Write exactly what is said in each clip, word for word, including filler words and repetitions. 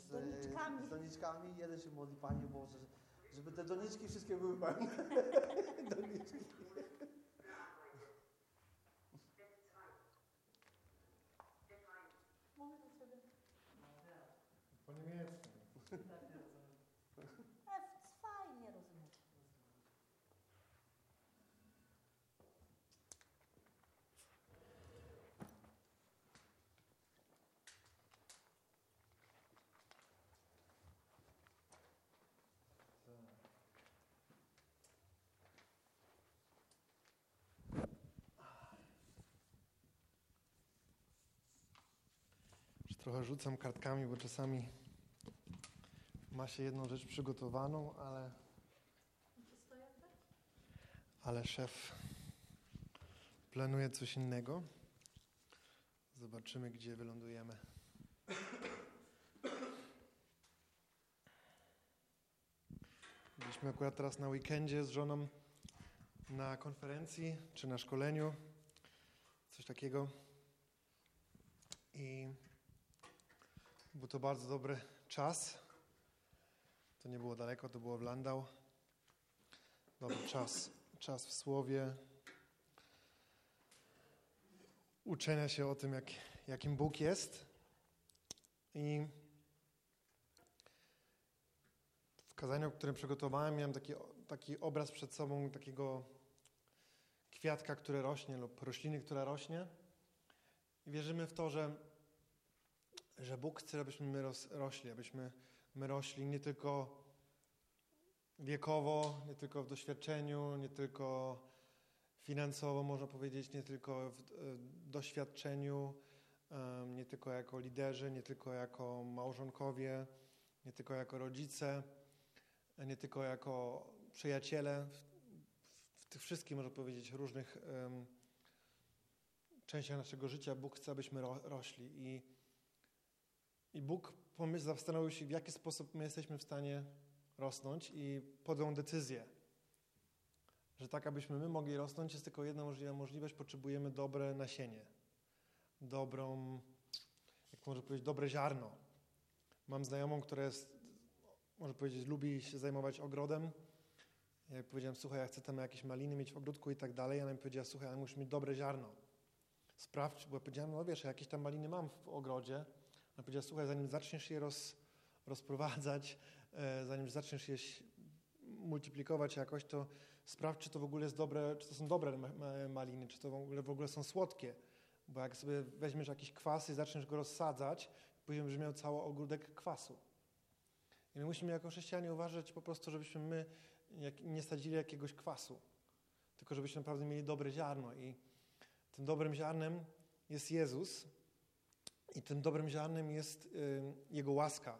z doniczkami. z doniczkami. Jeden się modli, Panie Boże, żeby te doniczki wszystkie były pełne. Doniczki. Mówię do ciebie. Po niemiecku. F, fajnie rozumiem. Już trochę rzucam kartkami, bo czasami ma się jedną rzecz przygotowaną, ale, ale szef planuje coś innego. Zobaczymy, gdzie wylądujemy. Byliśmy akurat teraz na weekendzie z żoną na konferencji czy na szkoleniu, coś takiego. I był to bardzo dobry czas. To nie było daleko, to było w Landau. Dobry czas, czas w Słowie. Uczenia się o tym, jak, jakim Bóg jest. I w kazaniu, które przygotowałem, miałem taki, taki obraz przed sobą takiego kwiatka, który rośnie lub rośliny, która rośnie. I wierzymy w to, że, że Bóg chce, abyśmy my ros, rośli, abyśmy my rośli nie tylko wiekowo, nie tylko w doświadczeniu, nie tylko finansowo, można powiedzieć, nie tylko w doświadczeniu, nie tylko jako liderzy, nie tylko jako małżonkowie, nie tylko jako rodzice, nie tylko jako przyjaciele. W, w tych wszystkich, można powiedzieć, różnych um, częściach naszego życia Bóg chce, abyśmy ro, rośli. I, i Bóg pomyśl, zastanowił się, w jaki sposób my jesteśmy w stanie rosnąć i podjął decyzję, że tak, abyśmy my mogli rosnąć, jest tylko jedna możliwa możliwość, potrzebujemy dobre nasienie, dobrą, jak można powiedzieć, dobre ziarno. Mam znajomą, która jest, można powiedzieć, lubi się zajmować ogrodem. Ja jej powiedziałem, słuchaj, ja chcę tam jakieś maliny mieć w ogródku i tak dalej. Ona mi powiedziała, słuchaj, ale musisz mieć dobre ziarno. Sprawdź, bo ja powiedziałem, no wiesz, jakieś tam maliny mam w ogrodzie. Ona powiedziała, słuchaj, zanim zaczniesz je roz, rozprowadzać, e, zanim zaczniesz je multiplikować jakoś, to sprawdź, czy to w ogóle jest dobre, czy to są dobre maliny, czy to w ogóle, w ogóle są słodkie. Bo jak sobie weźmiesz jakiś kwas i zaczniesz go rozsadzać, później będziesz miał cały ogródek kwasu. I my musimy jako chrześcijanie uważać po prostu, żebyśmy my nie sadzili jakiegoś kwasu, tylko żebyśmy naprawdę mieli dobre ziarno. I tym dobrym ziarnem jest Jezus i tym dobrym ziarnem jest y, Jego łaska.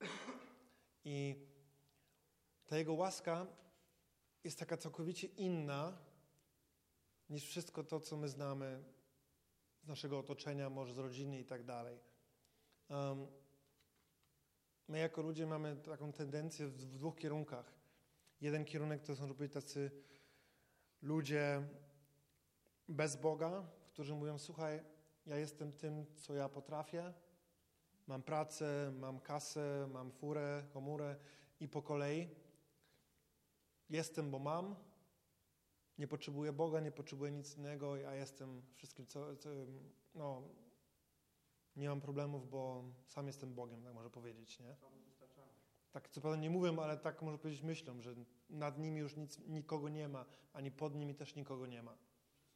I ta Jego łaska jest taka całkowicie inna niż wszystko to, co my znamy z naszego otoczenia, może z rodziny i tak dalej. Um, my jako ludzie mamy taką tendencję w, w dwóch kierunkach. Jeden kierunek to są, żeby być tacy ludzie bez Boga, którzy mówią, słuchaj, ja jestem tym, co ja potrafię, mam pracę, mam kasę, mam furę, komórę i po kolei. Jestem, bo mam, nie potrzebuję Boga, nie potrzebuję nic innego, ja jestem wszystkim, co, co no, nie mam problemów, bo sam jestem Bogiem, tak można powiedzieć, nie? Tak, co prawda nie mówią, ale tak można powiedzieć myślą, że nad nimi już nic, nikogo nie ma, ani pod nimi też nikogo nie ma.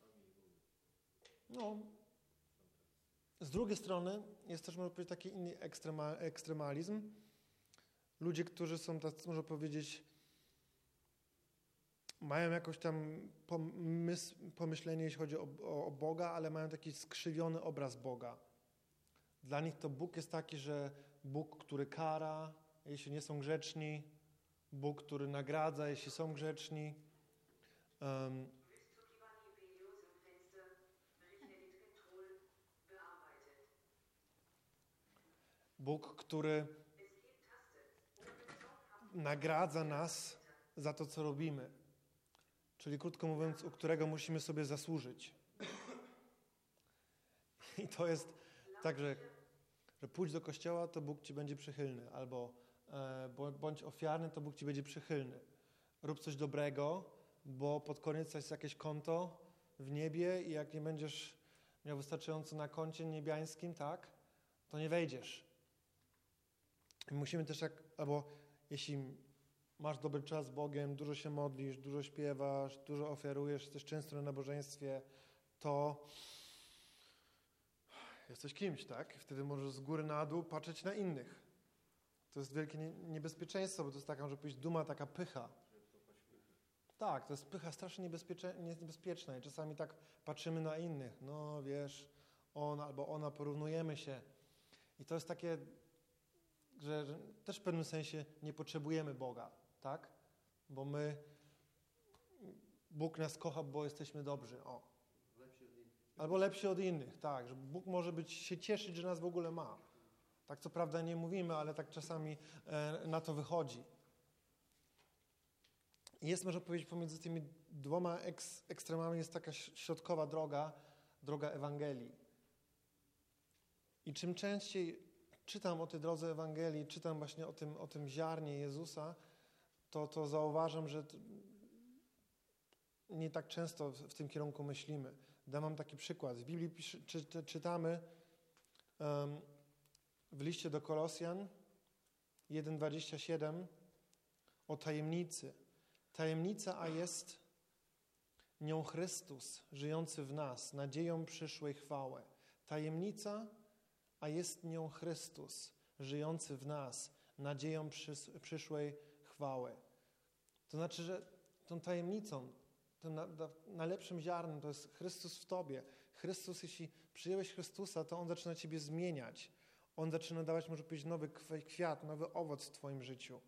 No. Z drugiej strony jest też, można powiedzieć, taki inny ekstrema, ekstremalizm. Ludzie, którzy są tacy, można powiedzieć, mają jakoś tam pomysł, pomyślenie, jeśli chodzi o, o, o Boga, ale mają taki skrzywiony obraz Boga. Dla nich to Bóg jest taki, że Bóg, który kara, jeśli nie są grzeczni, Bóg, który nagradza, jeśli są grzeczni. Um, Bóg, który nagradza nas za to, co robimy. Czyli krótko mówiąc, u którego musimy sobie zasłużyć. I to jest tak, że że pójdź do kościoła, to Bóg ci będzie przychylny, albo e, bądź ofiarny, to Bóg ci będzie przychylny. Rób coś dobrego, bo pod koniec jest jakieś konto w niebie i jak nie będziesz miał wystarczająco na koncie niebiańskim, tak, to nie wejdziesz. I musimy też jak, albo jeśli masz dobry czas z Bogiem, dużo się modlisz, dużo śpiewasz, dużo ofiarujesz, jesteś często na nabożeństwie, to jesteś kimś, tak? I wtedy możesz z góry na dół patrzeć na innych. To jest wielkie niebezpieczeństwo, bo to jest taka, może powiedzieć, duma, taka pycha. Tak, to jest pycha strasznie niebezpiecze, niebezpieczna i czasami tak patrzymy na innych. No wiesz, on albo ona, porównujemy się. I to jest takie, że, że też w pewnym sensie nie potrzebujemy Boga, tak? Bo my, Bóg nas kocha, bo jesteśmy dobrzy, o. Lepsi od innych. Albo lepsi od innych, tak, że Bóg może być, się cieszyć, że nas w ogóle ma. Tak co prawda nie mówimy, ale tak czasami e, na to wychodzi. I jest, można powiedzieć, pomiędzy tymi dwoma eks, ekstremami jest taka środkowa droga, droga Ewangelii. I czym częściej czytam o tej drodze Ewangelii, czytam właśnie o tym, o tym ziarnie Jezusa, to, to zauważam, że nie tak często w, w tym kierunku myślimy. Dam wam taki przykład. W Biblii pisz, czy, czy, czytamy um, w liście do Kolosjan jeden dwadzieścia siedem o tajemnicy. Tajemnica, a jest nią Chrystus, żyjący w nas, nadzieją przyszłej chwały. Tajemnica, a jest nią Chrystus, żyjący w nas, nadzieją przys- przyszłej chwały. To znaczy, że tą tajemnicą, tym na, na, najlepszym ziarnem to jest Chrystus w tobie. Chrystus, jeśli przyjąłeś Chrystusa, to On zaczyna ciebie zmieniać. On zaczyna dawać, może powiedzieć, nowy kwiat, nowy owoc w twoim życiu.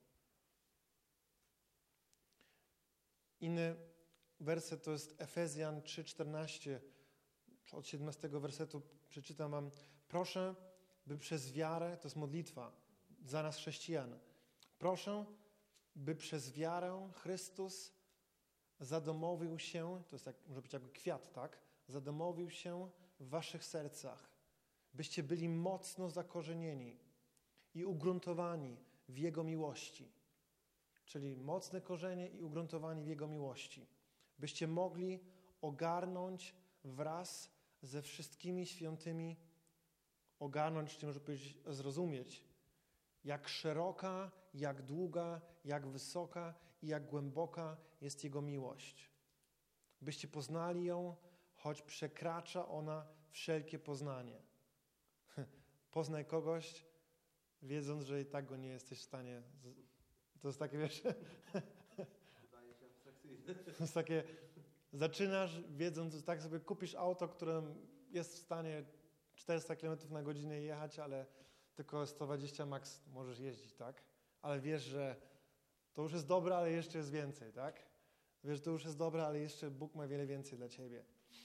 Inny werset to jest Efezjan trzy czternaście. Od siedemnastego wersetu przeczytam wam. Proszę, by przez wiarę, to jest modlitwa za nas chrześcijan. Proszę, by przez wiarę Chrystus zadomowił się, to jest tak, może być jakby kwiat, tak? Zadomowił się w waszych sercach, byście byli mocno zakorzenieni i ugruntowani w Jego miłości. Czyli mocne korzenie i ugruntowani w Jego miłości. Byście mogli ogarnąć wraz ze wszystkimi świętymi, ogarnąć, czy może powiedzieć, zrozumieć, jak szeroka, jak długa, jak wysoka i jak głęboka jest Jego miłość. Byście poznali ją, choć przekracza ona wszelkie poznanie. Poznaj kogoś, wiedząc, że i tak go nie jesteś w stanie... To jest takie, wiesz... Wydaje się abstrakcyjne. To jest takie... Zaczynasz, wiedząc, że tak sobie kupisz auto, które jest w stanie czterysta kilometrów na godzinę jechać, ale tylko sto dwadzieścia max możesz jeździć, tak? Ale wiesz, że to już jest dobre, ale jeszcze jest więcej, tak? Wiesz, że to już jest dobre, ale jeszcze Bóg ma wiele więcej dla ciebie.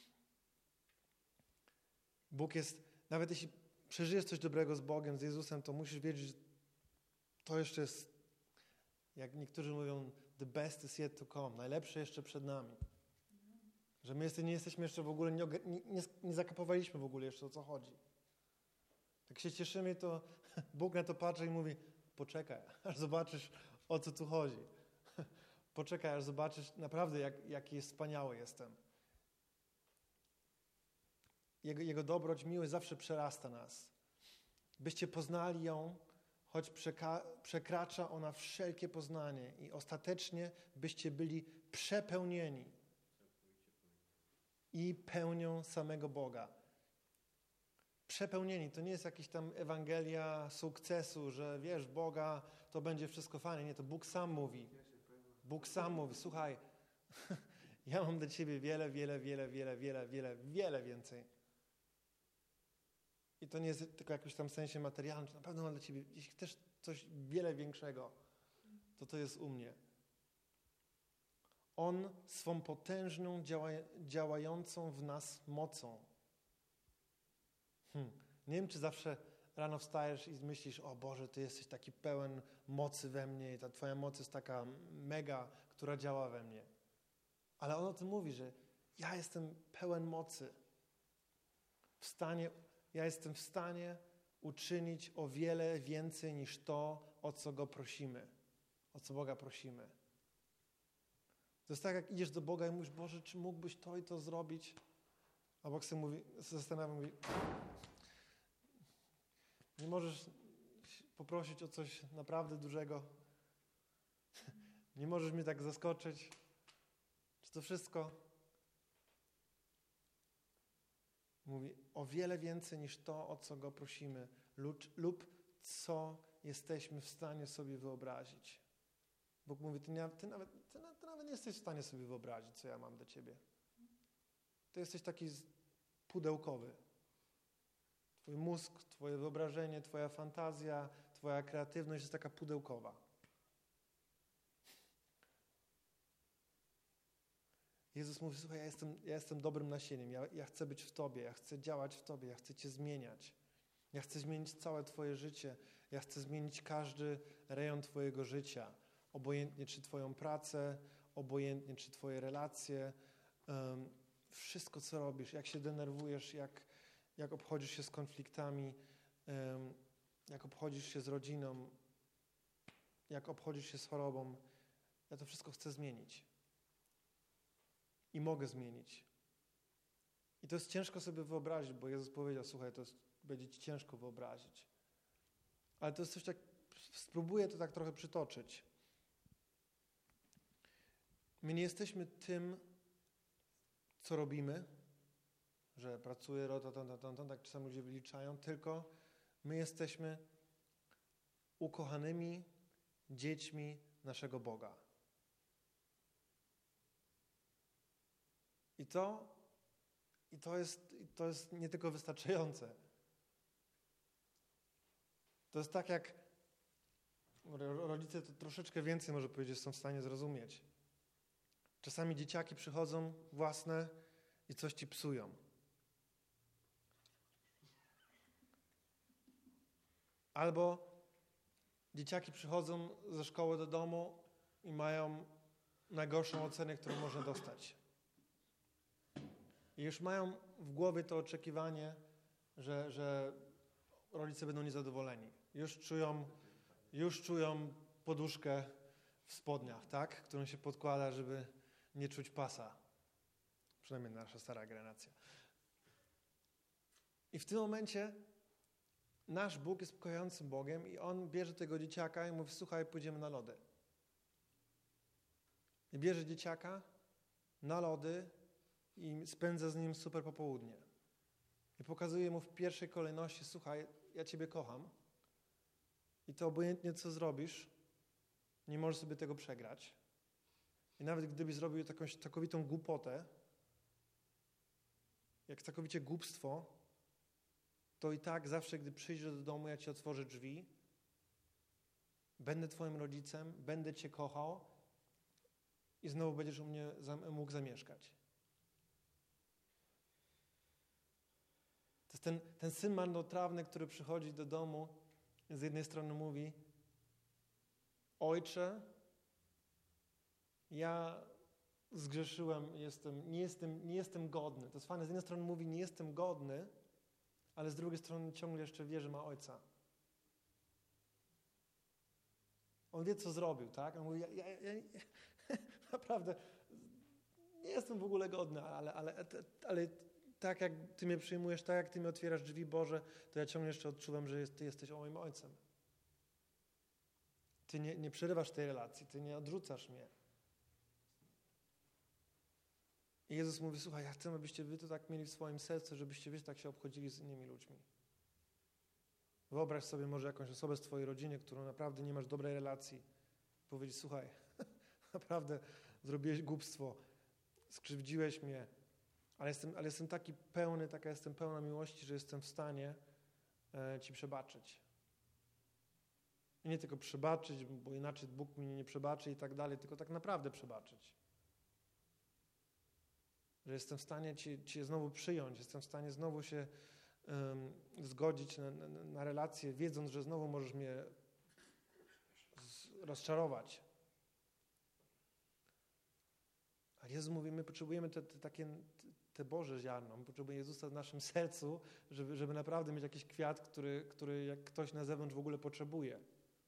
Bóg jest, nawet jeśli przeżyjesz coś dobrego z Bogiem, z Jezusem, to musisz wiedzieć, że to jeszcze jest, jak niektórzy mówią, the best is yet to come, najlepsze jeszcze przed nami. Że my nie jesteśmy jeszcze w ogóle, nie, nie, nie zakapowaliśmy w ogóle jeszcze, o co chodzi. Jak się cieszymy, to Bóg na to patrzy i mówi, poczekaj, aż zobaczysz, o co tu chodzi. Poczekaj, aż zobaczysz naprawdę, jak, jaki jest wspaniały jestem. Jego, Jego dobroć, miłość zawsze przerasta nas. Byście poznali ją, choć przeka- przekracza ona wszelkie poznanie i ostatecznie byście byli przepełnieni i pełnią samego Boga. Przepełnieni, to nie jest jakaś tam Ewangelia sukcesu, że wiesz, Boga, to będzie wszystko fajnie. Nie, to Bóg sam mówi. Bóg sam mówi, słuchaj, ja mam dla ciebie wiele, wiele, wiele, wiele, wiele, wiele, wiele więcej. I to nie jest tylko w jakimś tam sensie materialnym, na pewno mam dla ciebie, jeśli chcesz coś wiele większego, to to jest u mnie. On swą potężną, działa, działającą w nas mocą. Hmm. Nie wiem, czy zawsze rano wstajesz i myślisz, o Boże, Ty jesteś taki pełen mocy we mnie i ta Twoja moc jest taka mega, która działa we mnie. Ale on o tym mówi, że ja jestem pełen mocy. W stanie, ja jestem w stanie uczynić o wiele więcej niż to, o co Go prosimy, o co Boga prosimy. To jest tak, jak idziesz do Boga i mówisz, Boże, czy mógłbyś to i to zrobić? A Bóg sobie mówi, zastanawia, mówi, nie możesz poprosić o coś naprawdę dużego? Nie możesz mnie tak zaskoczyć? Czy to wszystko? Mówi, o wiele więcej niż to, o co Go prosimy lub, lub co jesteśmy w stanie sobie wyobrazić. Bóg mówi, ty, nie, ty, nawet, ty, ty nawet nie jesteś w stanie sobie wyobrazić, co ja mam dla ciebie. Ty jesteś taki pudełkowy. Twój mózg, twoje wyobrażenie, twoja fantazja, twoja kreatywność jest taka pudełkowa. Jezus mówi, słuchaj, ja jestem, ja jestem dobrym nasieniem, ja, ja chcę być w Tobie, ja chcę działać w Tobie, ja chcę Cię zmieniać. Ja chcę zmienić całe Twoje życie, ja chcę zmienić każdy rejon Twojego życia. Obojętnie czy Twoją pracę, obojętnie czy Twoje relacje, um, wszystko co robisz, jak się denerwujesz, jak, jak obchodzisz się z konfliktami, um, jak obchodzisz się z rodziną, jak obchodzisz się z chorobą. Ja to wszystko chcę zmienić. I mogę zmienić. I to jest ciężko sobie wyobrazić, bo Jezus powiedział, słuchaj, to jest, będzie ci ciężko wyobrazić. Ale to jest coś tak, spróbuję to tak trochę przytoczyć. My nie jesteśmy tym, co robimy, że pracuję, tak czasami ludzie wyliczają, tylko my jesteśmy ukochanymi dziećmi naszego Boga. I to, i to jest, to jest nie tylko wystarczające. To jest tak, jak rodzice to troszeczkę więcej, może powiedzieć, są w stanie zrozumieć. Czasami dzieciaki przychodzą własne i coś ci psują. Albo dzieciaki przychodzą ze szkoły do domu i mają najgorszą ocenę, którą można dostać. I już mają w głowie to oczekiwanie, że, że rodzice będą niezadowoleni. Już czują, już czują poduszkę w spodniach, tak? Którą się podkłada, żeby nie czuć pasa. Przynajmniej nasza stara generacja. I w tym momencie nasz Bóg jest kochającym Bogiem i On bierze tego dzieciaka i mówi, słuchaj, pójdziemy na lody. I bierze dzieciaka na lody i spędza z nim super popołudnie. I pokazuje mu w pierwszej kolejności, słuchaj, ja Ciebie kocham i to obojętnie co zrobisz, nie możesz sobie tego przegrać. I nawet gdybyś zrobił taką całkowitą głupotę, jak całkowicie głupstwo, to i tak zawsze, gdy przyjdziesz do domu, ja Ci otworzę drzwi, będę Twoim rodzicem, będę Cię kochał i znowu będziesz u mnie mógł zamieszkać. To jest ten, ten syn marnotrawny, który przychodzi do domu i z jednej strony mówi, Ojcze, ja zgrzeszyłem, jestem, nie, jestem, nie jestem godny. To jest fajne, z jednej strony mówi, nie jestem godny, ale z drugiej strony ciągle jeszcze wie, że ma Ojca. On wie, co zrobił, tak? On mówi, ja, ja, ja, ja naprawdę nie jestem w ogóle godny, ale, ale, ale tak jak Ty mnie przyjmujesz, tak jak Ty mi otwierasz drzwi, Boże, to ja ciągle jeszcze odczuwam, że jest, Ty jesteś moim Ojcem. Ty nie, nie przerywasz tej relacji, Ty nie odrzucasz mnie. I Jezus mówi, słuchaj, ja chcę, abyście Wy to tak mieli w swoim sercu, żebyście Wy tak się obchodzili z innymi ludźmi. Wyobraź sobie może jakąś osobę z Twojej rodziny, którą naprawdę nie masz dobrej relacji. Powiedzieć, słuchaj, naprawdę zrobiłeś głupstwo, skrzywdziłeś mnie, ale jestem, ale jestem taki pełny, taka jestem pełna miłości, że jestem w stanie e, Ci przebaczyć. I nie tylko przebaczyć, bo inaczej Bóg mi nie przebaczy i tak dalej, tylko tak naprawdę przebaczyć. Że jestem w stanie Cię, cię znowu przyjąć, jestem w stanie znowu się um, zgodzić na, na, na relację, wiedząc, że znowu możesz mnie z, rozczarować. A Jezus mówi, my potrzebujemy te, te takie, te, te Boże ziarno. My potrzebujemy Jezusa w naszym sercu, żeby, żeby naprawdę mieć jakiś kwiat, który, który jak ktoś na zewnątrz w ogóle potrzebuje.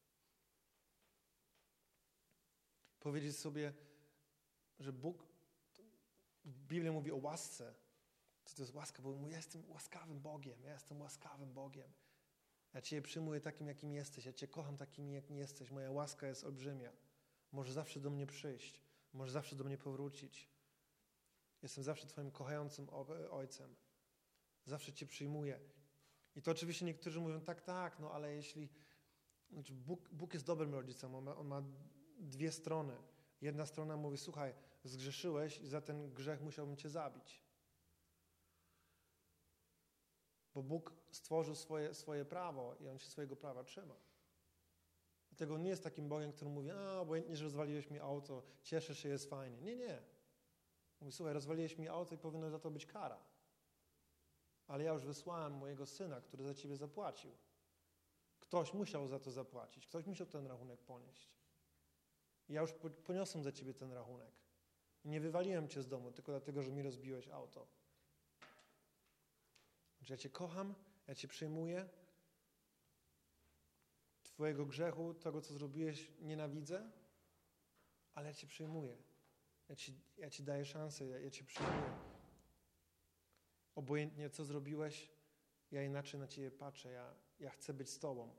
Powiedzieć sobie, że Bóg, Biblia mówi o łasce. Co to jest łaska? Bo mówi, ja jestem łaskawym Bogiem, ja jestem łaskawym Bogiem. Ja Cię przyjmuję takim, jakim jesteś, ja Cię kocham takim, jakim jesteś. Moja łaska jest olbrzymia. Możesz zawsze do mnie przyjść, możesz zawsze do mnie powrócić. Jestem zawsze Twoim kochającym Ojcem. Zawsze Cię przyjmuję. I to oczywiście niektórzy mówią, tak, tak, no ale jeśli... Znaczy Bóg, Bóg jest dobrym rodzicem, on ma, on ma dwie strony. Jedna strona mówi, słuchaj, zgrzeszyłeś i za ten grzech musiałbym Cię zabić. Bo Bóg stworzył swoje, swoje prawo i On się swojego prawa trzyma. Dlatego On nie jest takim Bogiem, który mówi, a obojętnie, że rozwaliłeś mi auto, cieszysz się, jest fajnie. Nie, nie. Mówi, słuchaj, rozwaliłeś mi auto i powinno za to być kara. Ale ja już wysłałem mojego Syna, który za Ciebie zapłacił. Ktoś musiał za to zapłacić. Ktoś musiał ten rachunek ponieść. I ja już poniosłem za Ciebie ten rachunek. I nie wywaliłem Cię z domu tylko dlatego, że mi rozbiłeś auto. Że ja Cię kocham, ja Cię przyjmuję. Twojego grzechu, tego, co zrobiłeś, nienawidzę, ale ja Cię przyjmuję. Ja Ci, ja ci daję szansę, ja, ja Cię przyjmuję. Obojętnie, co zrobiłeś, ja inaczej na Ciebie patrzę. Ja, ja chcę być z Tobą.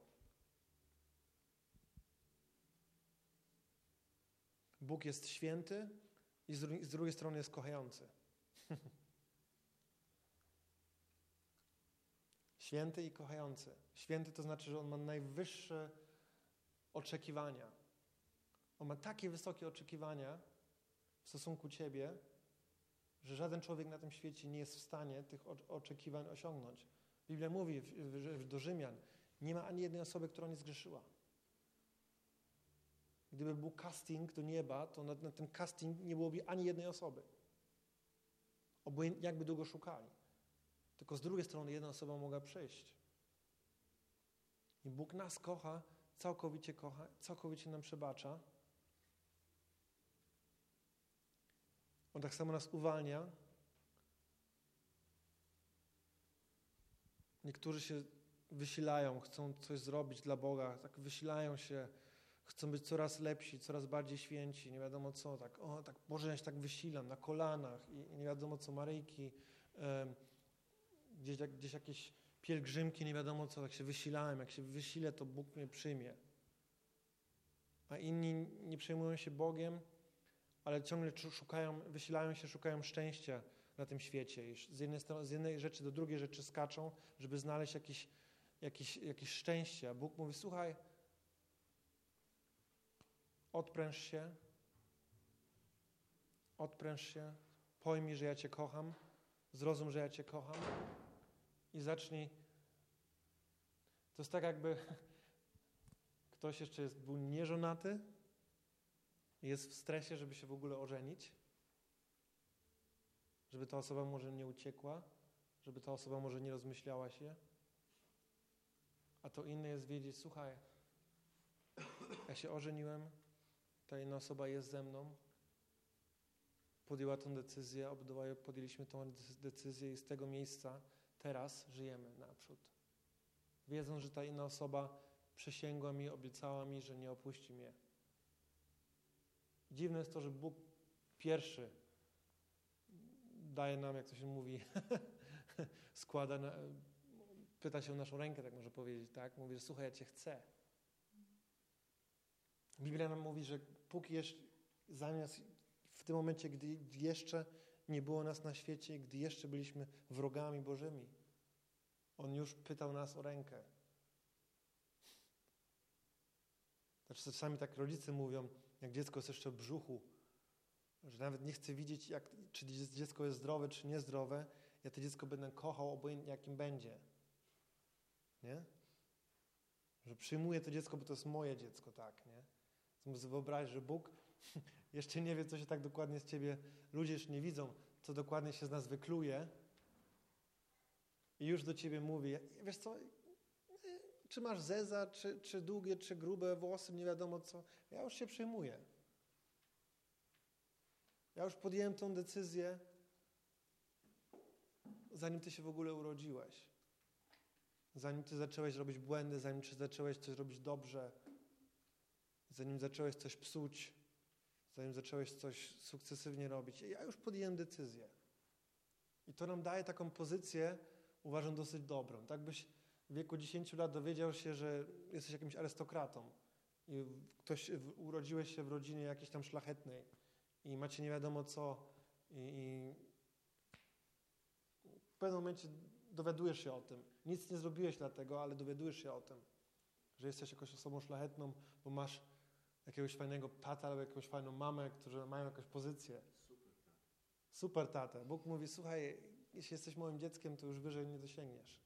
Bóg jest święty i z, dru- z drugiej strony jest kochający. Święty i kochający. Święty to znaczy, że On ma najwyższe oczekiwania. On ma takie wysokie oczekiwania w stosunku Ciebie, że żaden człowiek na tym świecie nie jest w stanie tych oczekiwań osiągnąć. Biblia mówi w, w, do Rzymian, nie ma ani jednej osoby, która nie zgrzeszyła. Gdyby był casting do nieba, to na, na ten casting nie byłoby ani jednej osoby. Obojętnie jakby długo szukali. Tylko z drugiej strony jedna osoba mogła przyjść. I Bóg nas kocha, całkowicie kocha, całkowicie nam przebacza. On tak samo nas uwalnia. Niektórzy się wysilają, chcą coś zrobić dla Boga, tak wysilają się, chcą być coraz lepsi, coraz bardziej święci, nie wiadomo co, tak, o, tak, Boże, ja się tak wysilam na kolanach i, i nie wiadomo co, Maryjki, e, gdzieś, jak, gdzieś jakieś pielgrzymki, nie wiadomo co, tak się wysilałem, jak się wysilę, to Bóg mnie przyjmie. A inni nie przejmują się Bogiem, ale ciągle szukają, wysilają się, szukają szczęścia na tym świecie. I z jednej strony, z jednej rzeczy do drugiej rzeczy skaczą, żeby znaleźć jakieś, jakieś, jakieś szczęście. A Bóg mówi, słuchaj, odpręż się, odpręż się, pojmij, że ja Cię kocham, zrozum, że ja Cię kocham i zacznij. To jest tak, jakby ktoś jeszcze jest, był nieżonaty i jest w stresie, żeby się w ogóle ożenić, żeby ta osoba może nie uciekła, żeby ta osoba może nie rozmyślała się, a to inne jest wiedzieć, słuchaj, ja się ożeniłem, ta inna osoba jest ze mną, podjęła tę decyzję, obydwoje podjęliśmy tę decyzję i z tego miejsca teraz żyjemy naprzód. Wiedząc, że ta inna osoba przysięgła mi, obiecała mi, że nie opuści mnie. Dziwne jest to, że Bóg pierwszy daje nam, jak to się mówi, składa, na, pyta się o naszą rękę, tak może powiedzieć, tak? Mówi, że słuchaj, ja Cię chcę. Biblia nam mówi, że póki jeszcze, zamiast w tym momencie, gdy jeszcze nie było nas na świecie, gdy jeszcze byliśmy wrogami Bożymi, On już pytał nas o rękę. Znaczy czasami tak rodzice mówią, jak dziecko jest jeszcze w brzuchu, że nawet nie chce widzieć, jak, czy dziecko jest zdrowe, czy niezdrowe. Ja to dziecko będę kochał, obojętnie jakim będzie. Nie? Że przyjmuję to dziecko, bo to jest moje dziecko, tak, nie? Chcę sobie wyobrazić, że Bóg jeszcze nie wie, co się tak dokładnie z Ciebie, ludzie jeszcze nie widzą, co dokładnie się z nas wykluje i już do Ciebie mówi, wiesz co, czy masz zeza, czy, czy długie, czy grube włosy, nie wiadomo co, ja już się przyjmuję. Ja już podjąłem tą decyzję zanim ty się w ogóle urodziłeś. Zanim ty zacząłeś robić błędy, zanim ty zacząłeś coś robić dobrze, zanim zacząłeś coś psuć, zanim zacząłeś coś sukcesywnie robić, ja już podjąłem decyzję. I to nam daje taką pozycję, uważam, dosyć dobrą. Tak byś w wieku dziesięciu lat dowiedział się, że jesteś jakimś arystokratą i ktoś, urodziłeś się w rodzinie jakiejś tam szlachetnej i macie nie wiadomo co i, i w pewnym momencie dowiadujesz się o tym. Nic nie zrobiłeś dlatego, ale dowiadujesz się o tym, że jesteś jakąś osobą szlachetną, bo masz jakiegoś fajnego tata albo jakąś fajną mamę, którzy mają jakąś pozycję. Super tatę. Bóg mówi, słuchaj, jeśli jesteś moim dzieckiem, to już wyżej nie dosięgniesz.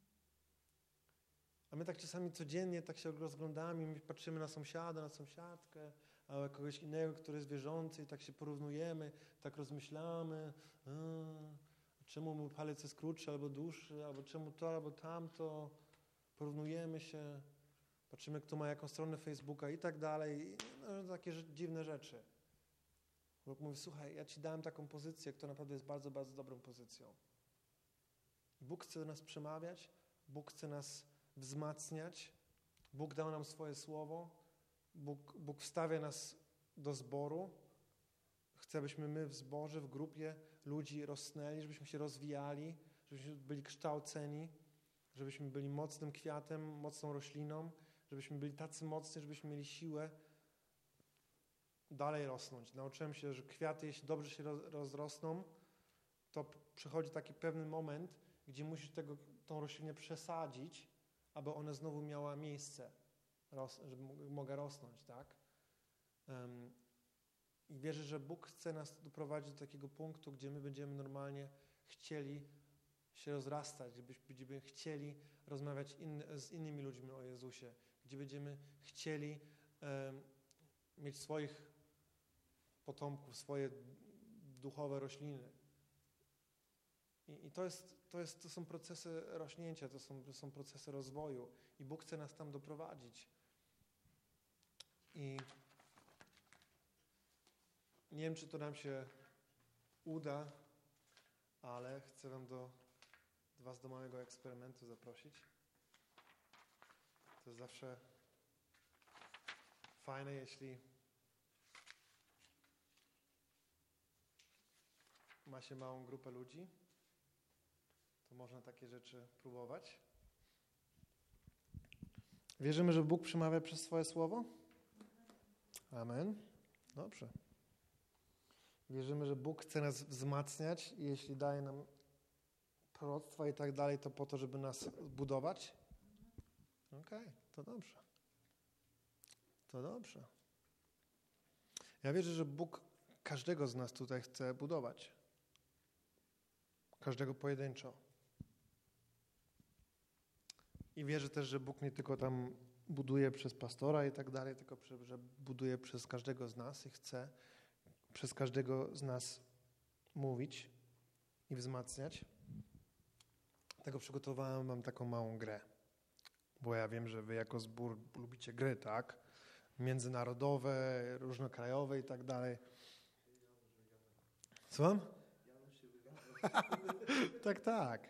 A my tak czasami codziennie tak się rozglądamy i my patrzymy na sąsiada, na sąsiadkę, albo kogoś innego, który jest wierzący i tak się porównujemy, tak rozmyślamy, a, czemu mój palec jest krótszy albo dłuższy, albo czemu to, albo tamto. Porównujemy się, patrzymy, kto ma jaką stronę Facebooka i tak dalej. No, takie dziwne rzeczy. Bóg mówi, słuchaj, ja ci dałem taką pozycję, która naprawdę jest bardzo, bardzo dobrą pozycją. Bóg chce do nas przemawiać, Bóg chce nas wzmacniać, Bóg dał nam swoje słowo, Bóg, Bóg wstawia nas do zboru, chce, abyśmy my w zborze, w grupie ludzi rosnęli, żebyśmy się rozwijali, żebyśmy byli kształceni, żebyśmy byli mocnym kwiatem, mocną rośliną, żebyśmy byli tacy mocni, żebyśmy mieli siłę dalej rosnąć. Nauczyłem się, że kwiaty, jeśli dobrze się rozrosną, to przychodzi taki pewny moment, gdzie musisz tego, tą roślinę przesadzić, aby ona znowu miała miejsce, ros, żeby mogła rosnąć, tak? Um, I wierzę, że Bóg chce nas doprowadzić do takiego punktu, gdzie my będziemy normalnie chcieli się rozrastać, gdzie będziemy chcieli rozmawiać in, z innymi ludźmi o Jezusie, gdzie będziemy chcieli um, mieć swoich potomków, swoje duchowe rośliny. I, i to, jest, to, jest, to są procesy rośnięcia, to są, to są procesy rozwoju i Bóg chce nas tam doprowadzić. I nie wiem, czy to nam się uda, ale chcę wam do, was do małego eksperymentu zaprosić. To jest zawsze fajne, jeśli ma się małą grupę ludzi, to można takie rzeczy próbować. Wierzymy, że Bóg przemawia przez swoje słowo? Amen. Dobrze. Wierzymy, że Bóg chce nas wzmacniać i jeśli daje nam proroctwa i tak dalej, to po to, żeby nas budować? Okej, okay, to dobrze. To dobrze. Ja wierzę, że Bóg każdego z nas tutaj chce budować. Każdego pojedynczo. I wierzę też, że Bóg nie tylko tam buduje przez pastora i tak dalej, tylko że buduje przez każdego z nas i chce przez każdego z nas mówić i wzmacniać. Dlatego przygotowałem wam taką małą grę. Bo ja wiem, że wy jako zbór lubicie gry, tak? Międzynarodowe, różnokrajowe i tak dalej. Słucham? Tak, tak.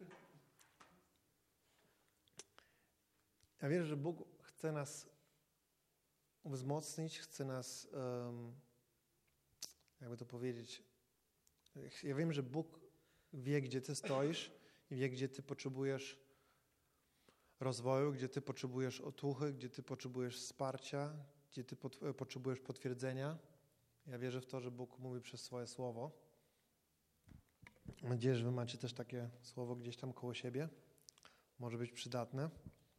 Ja wierzę, że Bóg chce nas wzmocnić, chce nas, um, jakby to powiedzieć, ja wiem, że Bóg wie, gdzie ty stoisz i wie, gdzie ty potrzebujesz rozwoju, gdzie ty potrzebujesz otuchy, gdzie ty potrzebujesz wsparcia, gdzie ty pot- potrzebujesz potwierdzenia. Ja wierzę w to, że Bóg mówi przez swoje słowo. Mam nadzieję, że wy macie też takie słowo gdzieś tam koło siebie. Może być przydatne.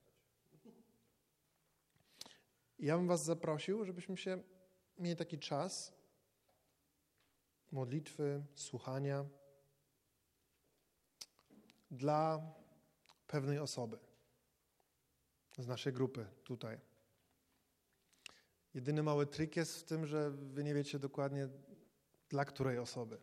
Ja bym was zaprosił, żebyśmy się mieli taki czas modlitwy, słuchania dla pewnej osoby z naszej grupy tutaj. Jedyny mały trik jest w tym, że wy nie wiecie dokładnie dla której osoby.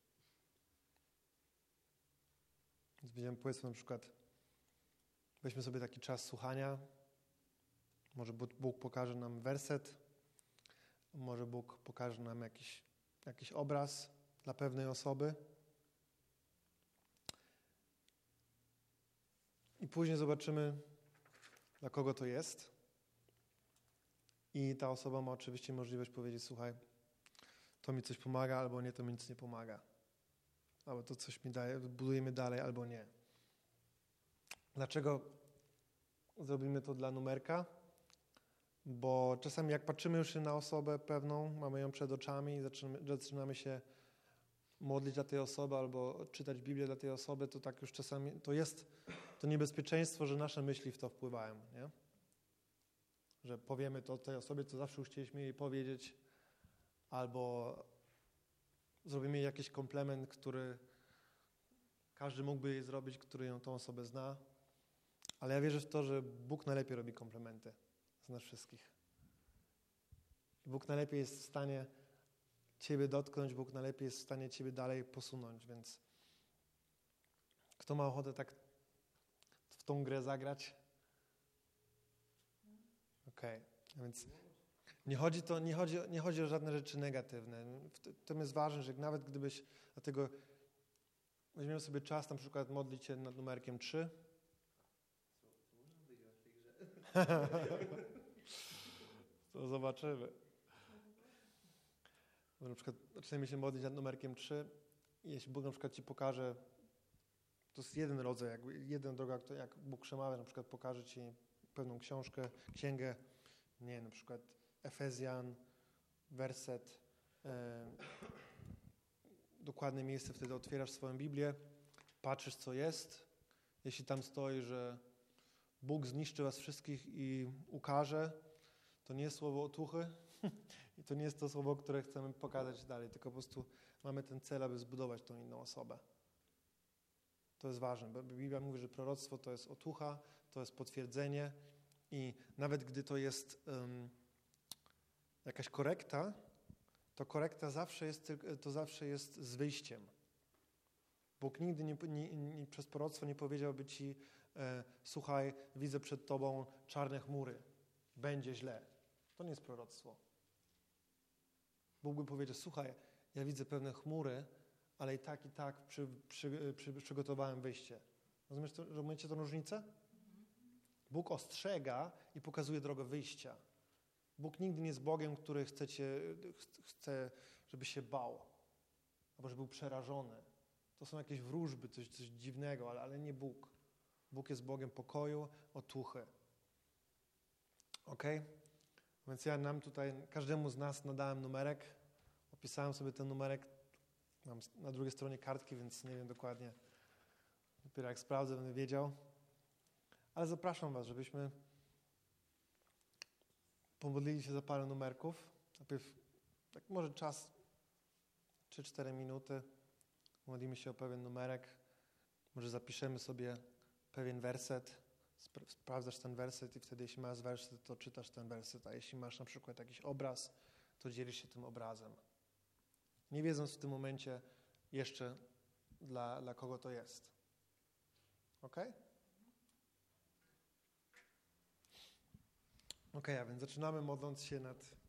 Więc będziemy, powiedzmy na przykład, weźmy sobie taki czas słuchania. Może Bóg pokaże nam werset, może Bóg pokaże nam jakiś, jakiś obraz dla pewnej osoby. I później zobaczymy, dla kogo to jest. I ta osoba ma oczywiście możliwość powiedzieć, słuchaj, to mi coś pomaga, albo nie, to mi nic nie pomaga. Albo to coś mi daje, budujemy dalej, albo nie. Dlaczego zrobimy to dla numerka? Bo czasami jak patrzymy już na osobę pewną, mamy ją przed oczami i zaczynamy, zaczynamy się modlić dla tej osoby albo czytać Biblię dla tej osoby, to tak już czasami, to jest to niebezpieczeństwo, że nasze myśli w to wpływają, nie? Że powiemy to tej osobie, co zawsze już chcieliśmy jej powiedzieć, albo zrobimy jej jakiś komplement, który każdy mógłby jej zrobić, który ją, tą osobę zna. Ale ja wierzę w to, że Bóg najlepiej robi komplementy z nas wszystkich. Bóg najlepiej jest w stanie Ciebie dotknąć, Bóg najlepiej jest w stanie Ciebie dalej posunąć, więc kto ma ochotę tak w tą grę zagrać? Okej, okay. Więc nie chodzi, to, nie, chodzi, nie chodzi o żadne rzeczy negatywne. To jest ważne, że nawet gdybyś, dlatego weźmiemy sobie czas na przykład modlić się nad numerkiem trzy. To zobaczymy. Na przykład zaczniemy się modlić nad numerkiem trzy i jeśli Bóg na przykład Ci pokaże, to jest jeden rodzaj, jakby jedna droga, jak Bóg przemawia, na przykład pokaże Ci pewną książkę, księgę, nie, na przykład Efezjan, werset, e, dokładne miejsce, wtedy otwierasz swoją Biblię, patrzysz, co jest. Jeśli tam stoi, że Bóg zniszczy was wszystkich i ukaże, to nie jest słowo otuchy i to nie jest to słowo, które chcemy pokazać dalej, tylko po prostu mamy ten cel, aby zbudować tą inną osobę. To jest ważne, bo Biblia mówi, że proroctwo to jest otucha, to jest potwierdzenie i nawet gdy to jest um, jakaś korekta, to korekta zawsze jest, to zawsze jest z wyjściem. Bóg nigdy nie, nie, nie, przez proroctwo nie powiedziałby ci e, słuchaj, widzę przed tobą czarne chmury, będzie źle. To nie jest proroctwo. Bóg by powiedział, słuchaj, ja widzę pewne chmury, ale i tak, i tak przy, przy, przy, przygotowałem wyjście. Rozumiesz to, rozumiecie tę różnicę? Bóg ostrzega i pokazuje drogę wyjścia. Bóg nigdy nie jest Bogiem, który chce, cię, chce żeby się bał, albo żeby był przerażony. To są jakieś wróżby, coś, coś dziwnego, ale, ale nie Bóg. Bóg jest Bogiem pokoju, otuchy. Ok? Więc ja nam tutaj, każdemu z nas nadałem numerek, opisałem sobie ten numerek, mam na drugiej stronie kartki, więc nie wiem dokładnie, dopiero jak sprawdzę, będę wiedział. Ale zapraszam was, żebyśmy pomodlili się za parę numerków. Najpierw, tak może czas, trzy cztery minuty, modlimy się o pewien numerek, może zapiszemy sobie pewien werset, spra- sprawdzasz ten werset i wtedy jeśli masz werset, to czytasz ten werset, a jeśli masz na przykład jakiś obraz, to dzielisz się tym obrazem. Nie wiedząc w tym momencie jeszcze dla, dla kogo to jest. Ok? Ok, a więc zaczynamy modląc się nad